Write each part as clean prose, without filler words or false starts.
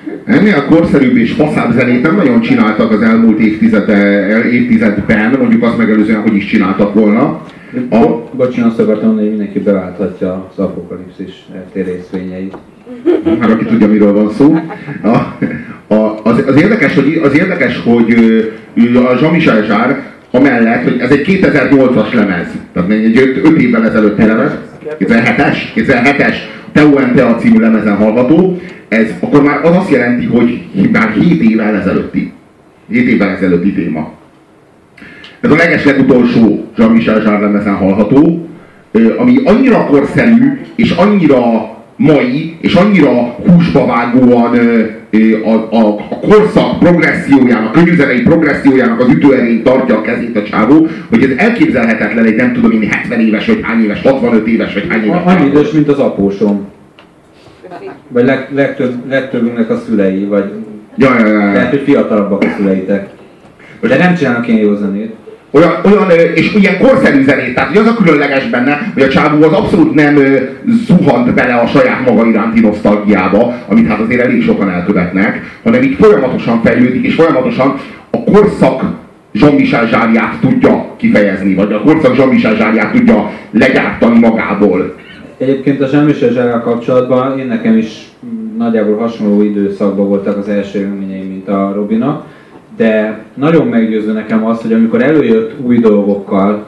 Ennél korszerűbb és faszább zenét nem nagyon csináltak az elmúlt évtizedben, mondjuk azt megelőzően, hogy is csináltak volna. Bocsánat, azt akartam mondani, hogy mindenki beválthatja az Apokalipszis RT részvényeit. Hát aki tudja, miről van szó. Az érdekes, hogy a Jean-Michel Jarre amellett, hogy ez egy 2008-as lemez, tehát egy 5 évvel ezelőtti lemez, 2007-es Teo című lemezen hallható, ez akkor már az azt jelenti, hogy már 7 évvel ezelőtti téma. Ez a legeslegutolsó Jean-Michel Jarre lemezen hallható, ami annyira korszerű, és annyira mai, és annyira húsba vágóan a korszak progressziójának, könnyűzenei progressziójának az ütőerényt tartja a kezét a csávó, hogy ez elképzelhetetlen egy nem tudom én 70 éves, vagy hány éves, 65 éves, vagy hány éves. Annyi idős, mint az apósom. Vagy legtöbbünknek a szülei, vagy lehet, hogy fiatalabbak a szüleitek. De nem csinálnak ilyen jó zenét. Olyan, és ilyen korszerű zenét, tehát hogy az a különleges benne, hogy a csávó az abszolút nem zuhant bele a saját maga iránti nosztalgiába, amit hát azért elég sokan elkövetnek, hanem így folyamatosan fejlődik, és folyamatosan a korszak Jean-Michel Jarre-ját tudja kifejezni, vagy a korszak Jean-Michel Jarre-ját tudja legyártani magából. Egyébként a Jean-Michel Jarre-rel kapcsolatban én nekem is nagyjából hasonló időszakban voltak az első élményeim, mint a Robinak, de nagyon meggyőző nekem az, hogy amikor előjött új dolgokkal,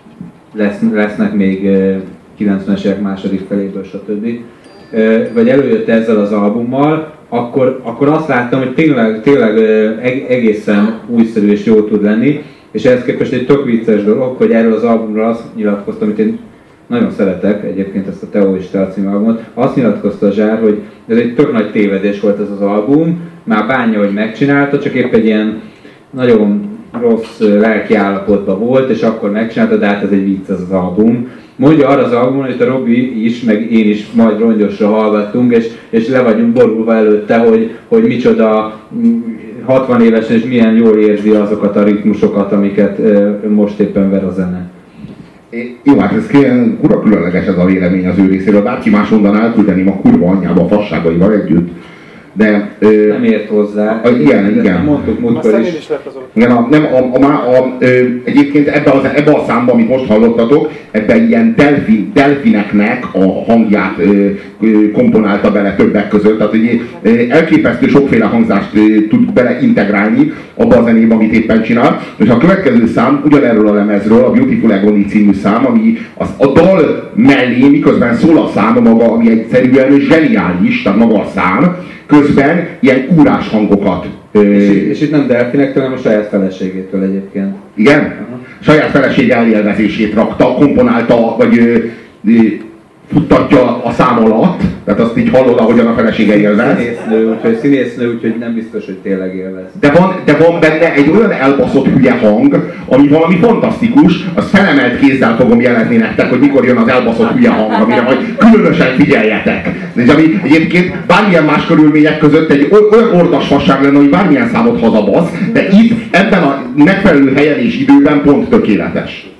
lesznek még 90-es évek második feléből, stb. Vagy előjött ezzel az albummal, akkor azt láttam, hogy tényleg egészen újszerű és jó tud lenni, és ehhez képest egy tök vicces dolog, hogy erről az albumról azt nyilatkoztam, amit én nagyon szeretek egyébként ezt a Teo és Tea című albumot, azt nyilatkozta a Jarre, hogy ez egy tök nagy tévedés volt ez az album, már bánja, hogy megcsinálta, csak épp egy ilyen nagyon rossz lelki állapotban volt, és akkor megcsinálta, de hát ez egy vicc ez az album. Mondja arra az albumon, hogy a Robi is, meg én is majd rongyosra hallgattunk, és le vagyunk borulva előtte, hogy micsoda 60 évesen, és milyen jól érzi azokat a ritmusokat, amiket most éppen ver a zene. Jó, hát ez kurva különleges ez a vélemény az ő részéről. Bárki más onnan elküldeném a kurva anyjába a fasságaival együtt. De, nem ért hozzá. Igen. Mondtuk múltkor is. Igen, egyébként ebbe a számba, amit most hallottatok, ebben ilyen delfineknek a hangját komponálta bele többek között. Tehát egy elképesztő sokféle hangzást tud bele integrálni abba a zenébe, amit éppen csinál. És a következő szám ugyanerről a lemezről, a Beautiful Agony című szám, ami a dal mellé, miközben szól a szám maga, ami egyszerűen zseniális, tehát maga a szám, közben ilyen kúrás hangokat. És itt nem delfinektől, hanem a saját feleségétől egyébként. Igen? Uh-huh. Saját feleség elélvezését rakta, komponálta, vagy futtatja a szám alatt, tehát azt így hallod, ahogyan a felesége élvez. Színésznő, úgyhogy nem biztos, hogy tényleg élvez. De van benne egy olyan elbaszott hülye hang, ami valami fantasztikus, azt felemelt kézzel fogom jelezni nektek, hogy mikor jön az elbaszott hülye hang, amire majd különösen figyeljetek. És ami egyébként bármilyen más körülmények között egy olyan ordas fasság lenne, hogy bármilyen számot hazabasz, de itt ebben a megfelelő helyen és időben pont tökéletes.